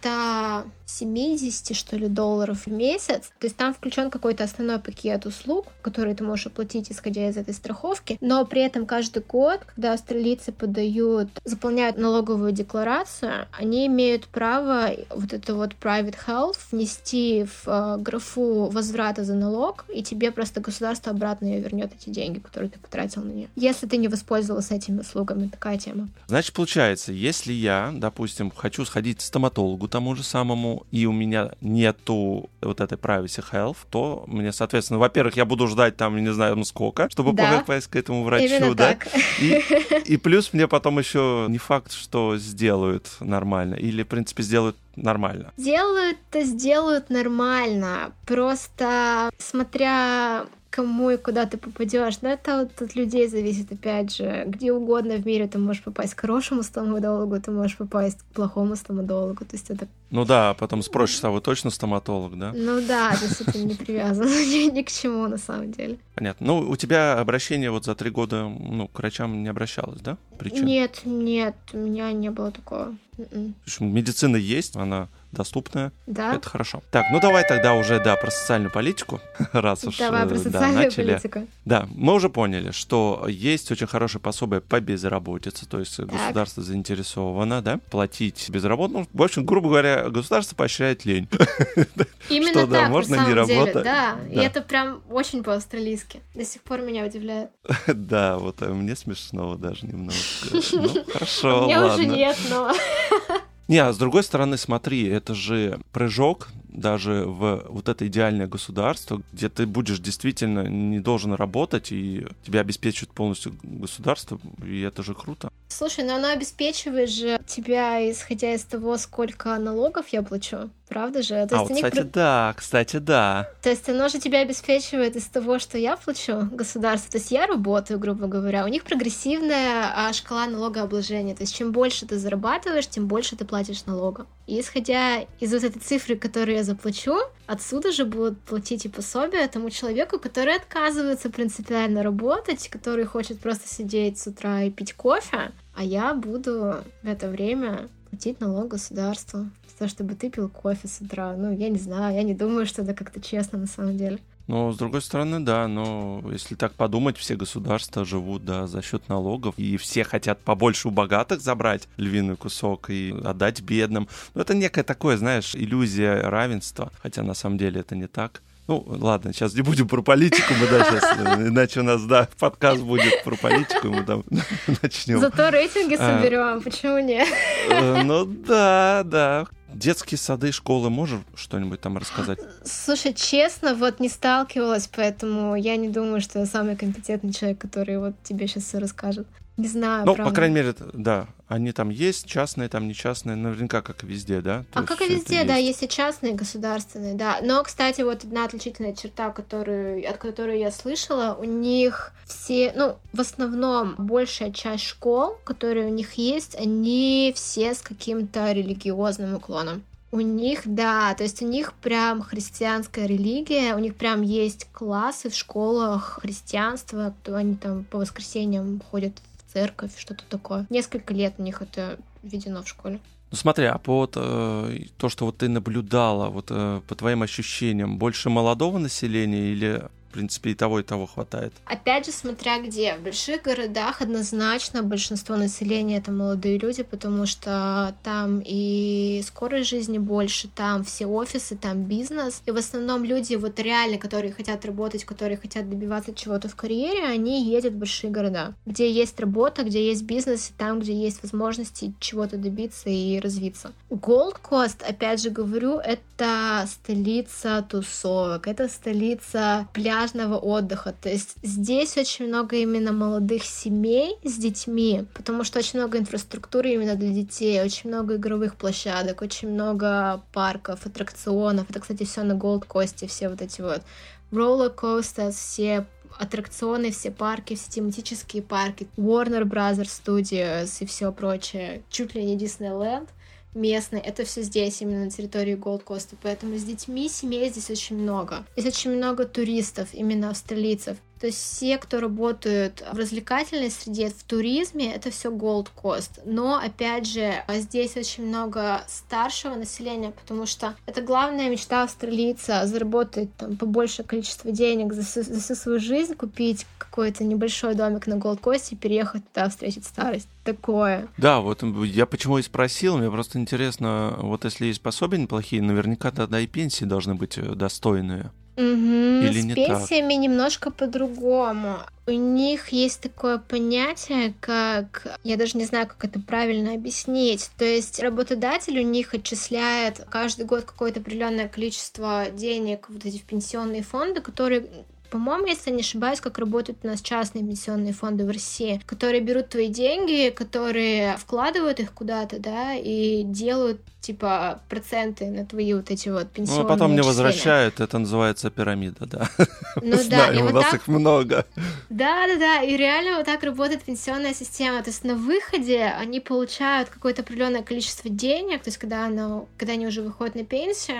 170, что ли, долларов в месяц. То есть там включен какой-то основной пакет услуг, который ты можешь оплатить, исходя из этой страховки. Но при этом каждый год, когда австралийцы заполняют налоговую декларацию, они имеют право вот это вот private health внести в графу возврата за налог, и тебе просто государство обратно ее вернет, эти деньги, которые ты потратил на нее. Если ты не воспользовался этими услугами, такая тема. Значит, получается, если я, допустим, хочу сходить к стоматологу тому же самому, и у меня нету вот этой privacy health, то мне, соответственно, во-первых, я буду ждать там, не знаю, сколько, чтобы попасть к этому врачу, именно да? Так. И плюс мне потом еще не факт, что сделают нормально, или, в принципе, сделают нормально. Сделают нормально, просто смотря кому и куда ты попадешь. Но это вот от людей зависит, опять же. Где угодно в мире ты можешь попасть к хорошему стоматологу, ты можешь попасть к плохому стоматологу. То есть это... Да, потом спросишь, а вы точно стоматолог, да? Да, то есть это не привязано ни к чему на самом деле. Понятно. У тебя обращение вот за 3 года, к врачам не обращалась, да? Нет, у меня не было такого. Медицина есть, она доступная. Да. Это хорошо. Так, ну давай тогда уже, про социальную политику, раз уж Давай про социальную начали. политику. Да, мы уже поняли, что есть очень хорошее пособие по безработице, то есть государство заинтересовано, платить безработным. В общем, грубо говоря, государство поощряет лень. Именно что, так, можно на самом не деле, работать. да. И это прям очень по-австралийски. До сих пор меня удивляет. Да, вот мне смешно даже немножко. Ну, хорошо, Мне ладно. уже нет, но... Не, а с другой стороны, смотри, это же прыжок даже в вот это идеальное государство, где ты будешь действительно не должен работать, и тебя обеспечивает полностью государство, и это же круто. Слушай, но оно обеспечивает же тебя, исходя из того, сколько налогов я плачу. Правда же? То есть кстати, да. То есть оно же тебя обеспечивает из того, что я плачу государству. То есть я работаю, грубо говоря. У них прогрессивная шкала налогообложения. То есть чем больше ты зарабатываешь, тем больше ты платишь налога. И исходя из вот этой цифры, которую я заплачу, отсюда же будут платить и пособия тому человеку, который отказывается принципиально работать, который хочет просто сидеть с утра и пить кофе, а я буду в это время платить налог государству. То, чтобы ты пил кофе с утра. Ну, я не знаю, я не думаю, что это как-то честно на самом деле. Но, с другой стороны, да, но если так подумать, все государства живут, за счет налогов, и все хотят побольше у богатых забрать львиный кусок и отдать бедным. Но это некое такое, знаешь, иллюзия равенства, хотя на самом деле это не так. Ну, ладно, сейчас не будем про политику, мы, сейчас, иначе у нас, подкаст будет про политику, и мы там начнем. Зато рейтинги соберем, почему нет? Ну, да. Детские сады, школы, можешь что-нибудь там рассказать? Слушай, честно, вот не сталкивалась, поэтому я не думаю, что я самый компетентный человек, который вот тебе сейчас все расскажет. Не знаю, Ну, правда. по крайней мере, да, они там есть, частные, там не частные, наверняка, как и везде, да? Как и везде, да, есть и частные, и государственные, да. Но, кстати, вот одна отличительная черта, от которой я слышала, у них все, в основном большая часть школ, которые у них есть, они все с каким-то религиозным уклоном. У них, да, то есть у них прям христианская религия, у них прям есть классы в школах христианства, они там по воскресеньям ходят в церковь, что-то такое. Несколько лет у них это введено в школе. Ну смотри, а то, что вот ты наблюдала, по твоим ощущениям, больше молодого населения или... В принципе, и того хватает. Опять же, смотря где. В больших городах однозначно большинство населения — это молодые люди, потому что там и скорость жизни больше, там все офисы, там бизнес. И в основном люди вот реально, которые хотят работать, которые хотят добиваться чего-то в карьере, они едут в большие города, где есть работа, где есть бизнес, и там, где есть возможности чего-то добиться и развиться. Gold Coast, опять же говорю, это столица тусовок, это столица пляжа, отдыха. То есть здесь очень много именно молодых семей с детьми, потому что очень много инфраструктуры именно для детей, очень много игровых площадок, очень много парков, аттракционов. Это, кстати, все на Gold Coast, все вот эти вот roller coasters, все аттракционы, все парки, все тематические парки, Warner Brothers Studios и все прочее, чуть ли не Disneyland местный, это все здесь, именно на территории Gold Coast, поэтому с детьми семей здесь очень много. Здесь очень много туристов, именно австралийцев. То есть все, кто работают в развлекательной среде, в туризме, это все Gold Coast. Но, опять же, здесь очень много старшего населения, потому что это главная мечта австралийца — заработать там побольше количество денег за всю свою жизнь, купить какой-то небольшой домик на Gold Coast и переехать туда, встретить старость. Такое. Да, вот я почему и спросил, мне просто интересно, вот если есть пособия неплохие, наверняка тогда и пенсии должны быть достойные. Или с пенсиями так? Немножко по-другому. У них есть такое понятие, как... Я даже не знаю, как это правильно объяснить. То есть работодатель у них отчисляет каждый год какое-то определенное количество денег вот эти в пенсионные фонды, которые... По-моему, если я не ошибаюсь, как работают у нас частные пенсионные фонды в России, которые берут твои деньги, которые вкладывают их куда-то, да, и делают, типа, проценты на твои вот эти вот пенсионные а потом не отчисления. Возвращают, это называется пирамида, да. Ну Знаем, да, и у вот нас так... их много. Да, и реально вот так работает пенсионная система. То есть на выходе они получают какое-то определенное количество денег, то есть когда они уже выходят на пенсию,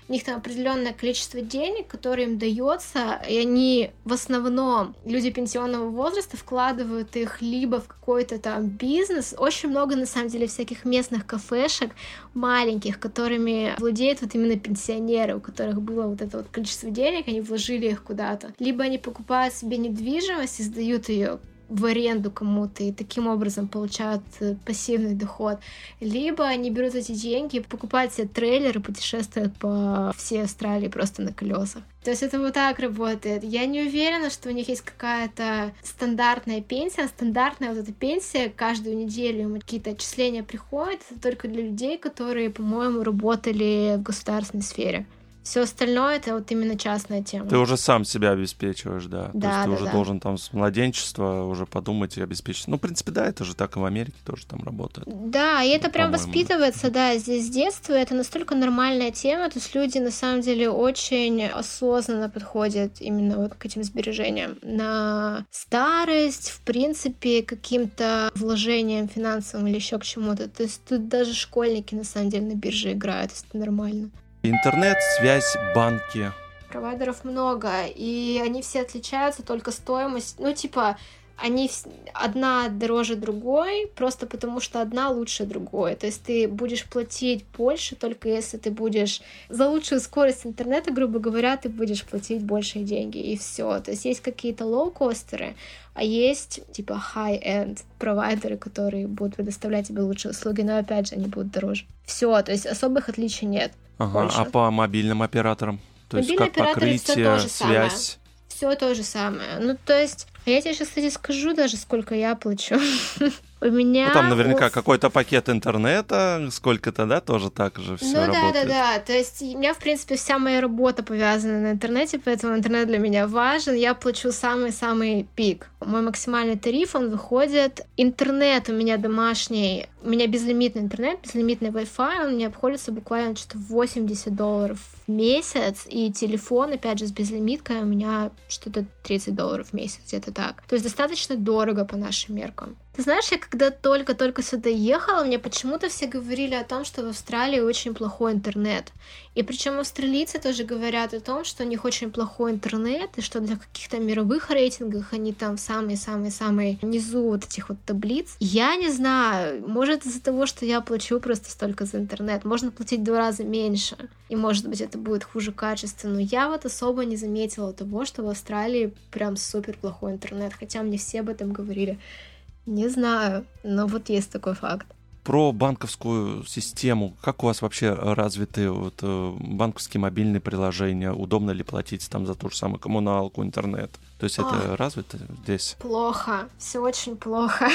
у них там определенное количество денег, которое им дается, и они в основном, люди пенсионного возраста, вкладывают их либо в какой-то там бизнес, очень много на самом деле всяких местных кафешек маленьких, которыми владеют вот именно пенсионеры, у которых было вот это вот количество денег, они вложили их куда-то. Либо они покупают себе недвижимость и сдают ее в аренду кому-то и таким образом получают пассивный доход. Либо они берут эти деньги, покупают себе трейлер и путешествуют по всей Австралии просто на колесах. То есть это вот так работает. Я не уверена, что у них есть какая-то стандартная пенсия. Стандартная вот эта пенсия, каждую неделю им какие-то отчисления приходят. Это только для людей, которые, по-моему, работали в государственной сфере. Все остальное — это вот именно частная тема. Ты уже сам себя обеспечиваешь, да. Да, то есть ты да, уже должен там с младенчества уже подумать и обеспечить. Ну, в принципе, да, это же так и в Америке тоже там работает. Да, и это прям воспитывается, да, здесь с детства. Это настолько нормальная тема, то есть люди на самом деле очень осознанно подходят именно вот к этим сбережениям. На старость, в принципе, каким-то вложением финансовым или еще к чему-то. То есть тут даже школьники на самом деле на бирже играют, это нормально. Интернет, связь, банки. Провайдеров много, и они все отличаются, только стоимость, ну, типа, они одна дороже другой, просто потому что одна лучше другой. То есть ты будешь платить больше, только если ты будешь за лучшую скорость интернета, грубо говоря, ты будешь платить большие деньги, и все. То есть есть какие-то лоу-костеры, а есть типа high-end провайдеры, которые будут предоставлять тебе лучшие услуги, но опять же они будут дороже. Все, то есть особых отличий нет. Ага, а по мобильным операторам? То есть мобильные как покрытие, связь? Все то же самое. Ну, то есть, я тебе сейчас, кстати, скажу даже, сколько я плачу. У меня... Ну, там наверняка какой-то пакет интернета, сколько-то, да, тоже так же все работает. Да. То есть у меня, в принципе, вся моя работа повязана на интернете, поэтому интернет для меня важен. Я плачу самый-самый пик. Мой максимальный тариф, он выходит... Интернет у меня домашний, у меня безлимитный интернет, безлимитный Wi-Fi, он мне обходится буквально что-то $80 в месяц, и телефон, опять же, с безлимиткой у меня что-то $30 в месяц, где-то так. То есть достаточно дорого по нашим меркам. Ты знаешь, я когда только сюда ехала, мне почему-то все говорили о том, что в Австралии очень плохой интернет. И причем австралийцы тоже говорят о том, что у них очень плохой интернет, и что для каких-то мировых рейтингов они там в самые-самые-самые низу вот этих вот таблиц. Я не знаю, может из-за того, что я плачу просто столько за интернет, можно платить в 2 раза меньше, и может быть это будет хуже качества, но я вот особо не заметила того, что в Австралии прям супер плохой интернет, хотя мне все об этом говорили. Не знаю, но вот есть такой факт. Про банковскую систему. Как у вас вообще развиты вот банковские мобильные приложения? Удобно ли платить там за ту же самую коммуналку, интернет? То есть это развито здесь? Плохо. Все очень плохо.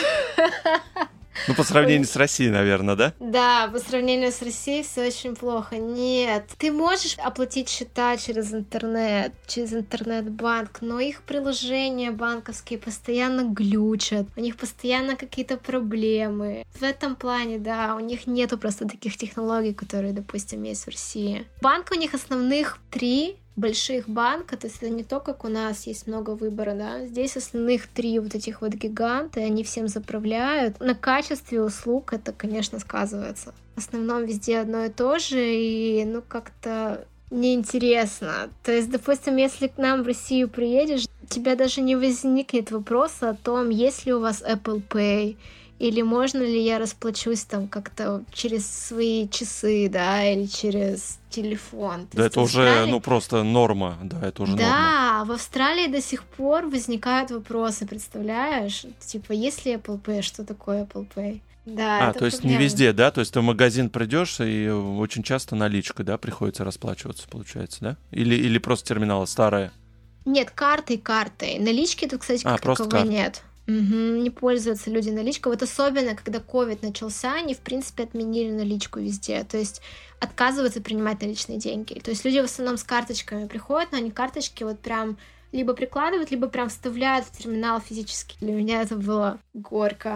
Ну, по сравнению с Россией, наверное, да? Да, по сравнению с Россией все очень плохо. Нет, ты можешь оплатить счета через интернет-банк, но их приложения банковские постоянно глючат, у них постоянно какие-то проблемы. В этом плане, да, у них нету просто таких технологий, которые, допустим, есть в России. Банк у них основных 3 больших банка, то есть это не то, как у нас есть много выбора, да, здесь основных 3 вот этих вот гиганта, и они всем заправляют. На качестве услуг это, конечно, сказывается. В основном везде одно и то же, и, ну, как-то неинтересно. То есть, допустим, если к нам в Россию приедешь, у тебя даже не возникнет вопроса о том, есть ли у вас Apple Pay, или можно ли я расплачусь там как-то через свои часы, да, или через телефон. Да, это уже, ну, просто норма, да, это уже норма. Да, в Австралии до сих пор возникают вопросы, представляешь? Типа, есть ли Apple Pay, что такое Apple Pay? Да, это то есть проблема. не везде, да? То есть ты в магазин придешь и очень часто наличкой, да, приходится расплачиваться, получается, да? Или просто терминалы старые? Нет, картой. Налички тут, кстати, как таковой нет. Не пользуются люди наличкой. Вот особенно, когда ковид начался, они, в принципе, отменили наличку везде. То есть отказываются принимать наличные деньги. То есть люди в основном с карточками приходят, но они карточки вот прям либо прикладывают, либо прям вставляют в терминал физически. Для меня это было горько.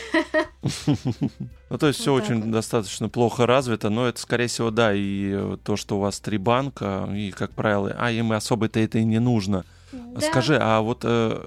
Ну, то есть все очень достаточно плохо развито, но это, скорее всего, да, и то, что у вас 3 банка, и, как правило, им особо-то это и не нужно. Да. Скажи, а вот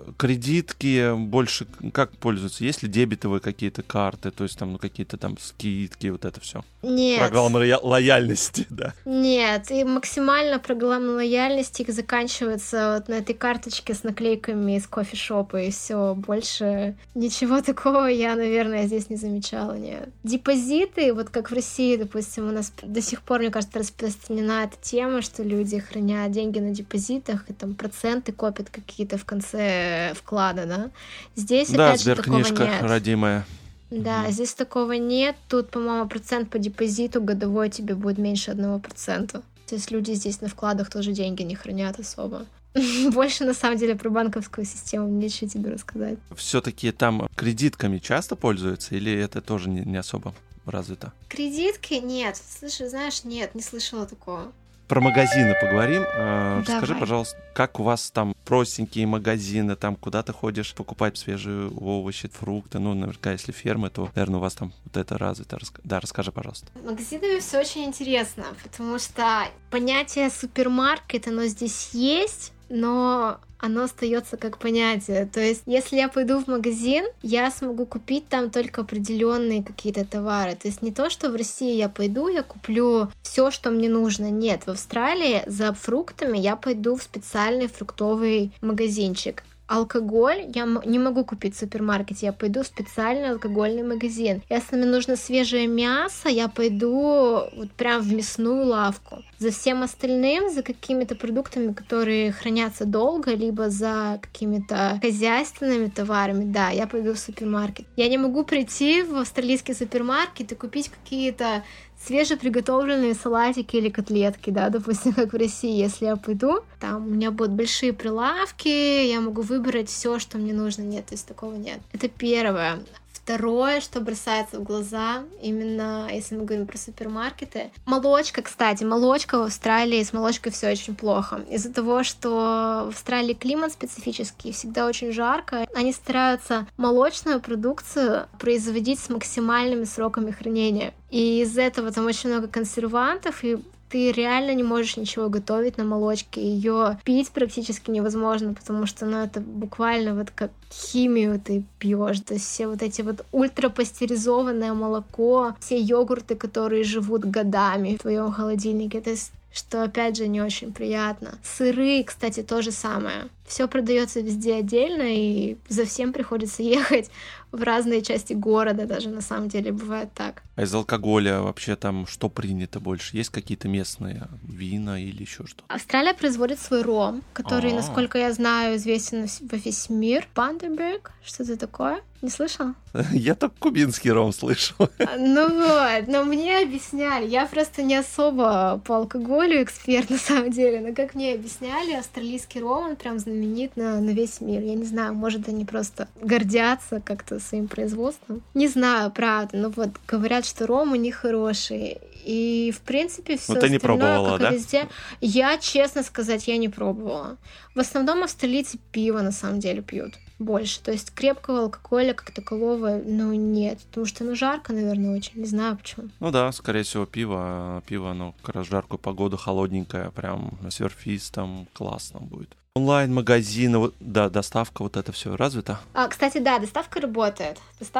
кредитки больше как пользуются? Есть ли дебетовые какие-то карты, то есть там какие-то там скидки, вот это все? Нет. Программа лояльности, да. Нет, и максимально программа лояльности заканчивается вот на этой карточке с наклейками из кофешопа, и все. Больше ничего такого я, наверное, здесь не замечала, нет. Депозиты, вот как в России, допустим, у нас до сих пор, мне кажется, распространена эта тема, что люди хранят деньги на депозитах, и там проценты копят какие-то в конце вклада, да? Здесь, да, опять же, такого сберкнижка нет. родимая. Да, здесь такого нет. Тут, по-моему, процент по депозиту годовой тебе будет меньше 1%. То есть люди здесь на вкладах тоже деньги не хранят особо. Больше, на самом деле, про банковскую систему нечего тебе рассказать. Все-таки там кредитками часто пользуются или это тоже не особо развито? Кредитки? Нет. Слушай, знаешь, нет, не слышала такого. Про магазины поговорим. Скажи, Давай. пожалуйста, как у вас там простенькие магазины, там куда ты ходишь покупать свежие овощи, фрукты, ну, наверняка, если фермы, то, наверное, у вас там вот это развито. Да, расскажи, пожалуйста. Магазинами все очень интересно, потому что понятие супермаркет, оно здесь есть, но оно остается как понятие. То есть, если я пойду в магазин, я смогу купить там только определенные какие-то товары. То есть не то, что в России я пойду, я куплю все, что мне нужно. Нет, в Австралии за фруктами я пойду в специальный фруктовый магазинчик. Алкоголь я не могу купить в супермаркете, я пойду в специальный алкогольный магазин. Если мне нужно свежее мясо, я пойду вот прям в мясную лавку. За всем остальным, за какими-то продуктами, которые хранятся долго, либо за какими-то хозяйственными товарами, да, я пойду в супермаркет. Я не могу прийти в австралийский супермаркет и купить какие-то свежеприготовленные салатики или котлетки, да, допустим, как в России. Если я пойду, там у меня будут большие прилавки, я могу выбрать все, что мне нужно. Нет, то есть такого нет. Это первое. Второе, что бросается в глаза, именно если мы говорим про супермаркеты. Молочка, кстати, молочка в Австралии, с молочкой все очень плохо. Из-за того, что в Австралии климат специфический, всегда очень жарко, они стараются молочную продукцию производить с максимальными сроками хранения. И из-за этого там очень много консервантов, и ты реально не можешь ничего готовить на молочке. Ее пить практически невозможно, потому что, ну, это буквально вот как химию ты пьешь. То есть все вот эти вот ультрапастеризованное молоко, все йогурты, которые живут годами в твоем холодильнике. То есть что, опять же, не очень приятно. Сыры, кстати, то же самое. Все продается везде отдельно, и за всем приходится ехать в разные части города, даже на самом деле бывает так. А из алкоголя вообще там что принято больше? Есть какие-то местные вина или еще что-то? Австралия производит свой ром, который, насколько я знаю, известен во весь мир. Бандерберг, что-то такое? Не слышал? Я только кубинский ром слышал. Ну вот, но мне объясняли, я просто не особо по алкоголю эксперт на самом деле, но как мне объясняли, австралийский ром, он прям знаменит на весь мир. Я не знаю, может, они просто гордятся как-то своим производством. Не знаю, правда, но вот говорят, что ром у них хороший. И, в принципе, все остальное, не пробовала, как и везде. Я, честно сказать, я не пробовала. В основном австралийцы пиво, на самом деле, пьют больше. То есть крепкого алкоголя как такового, ну, нет. Потому что, ну, жарко, наверное, очень. Не знаю, почему. Ну да, скорее всего, пиво. Пиво, оно как раз в жаркую погоду, холодненькое, прям на серфистом классно будет. Онлайн-магазины, да, доставка, вот это все развито? Кстати, да, доставка работает.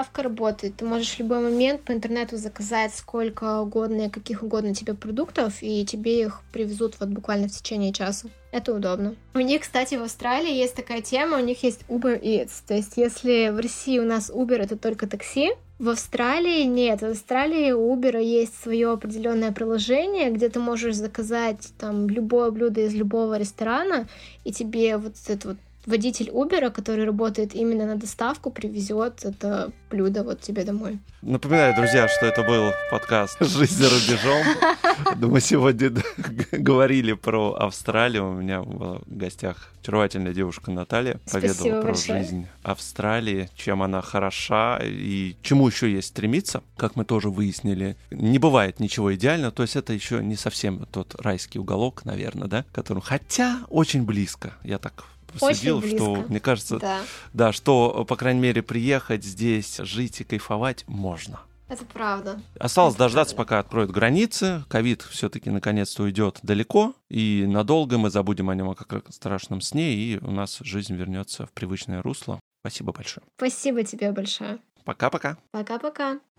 Ты можешь в любой момент по интернету заказать сколько угодно и каких угодно тебе продуктов, и тебе их привезут вот буквально в течение часа. Это удобно. У них, кстати, в Австралии есть такая тема, у них есть Uber Eats. То есть, если в России у нас Uber — это только такси, в Австралии нет. В Австралии у Uber есть свое определенное приложение, где ты можешь заказать там любое блюдо из любого ресторана, и тебе вот этот вот водитель Uber, который работает именно на доставку, привезет это блюдо вот тебе домой. Напоминаю, друзья, что это был подкаст «Жизнь за рубежом». Мы сегодня говорили про Австралию. У меня была в гостях очаровательная девушка Наталья. Поведала про жизнь Австралии, чем она хороша и чему еще есть стремиться. Как мы тоже выяснили, не бывает ничего идеального. То есть это еще не совсем тот райский уголок, наверное, да, которому... Хотя очень близко. Я так посудил, что, мне кажется, да, что, по крайней мере, приехать здесь, жить и кайфовать можно. Это правда. Осталось Это дождаться, правда. пока откроют границы. Ковид все-таки наконец-то уйдет далеко, и надолго мы забудем о нем как о страшном сне, и у нас жизнь вернется в привычное русло. Спасибо большое. Спасибо тебе большое. Пока-пока. Пока-пока.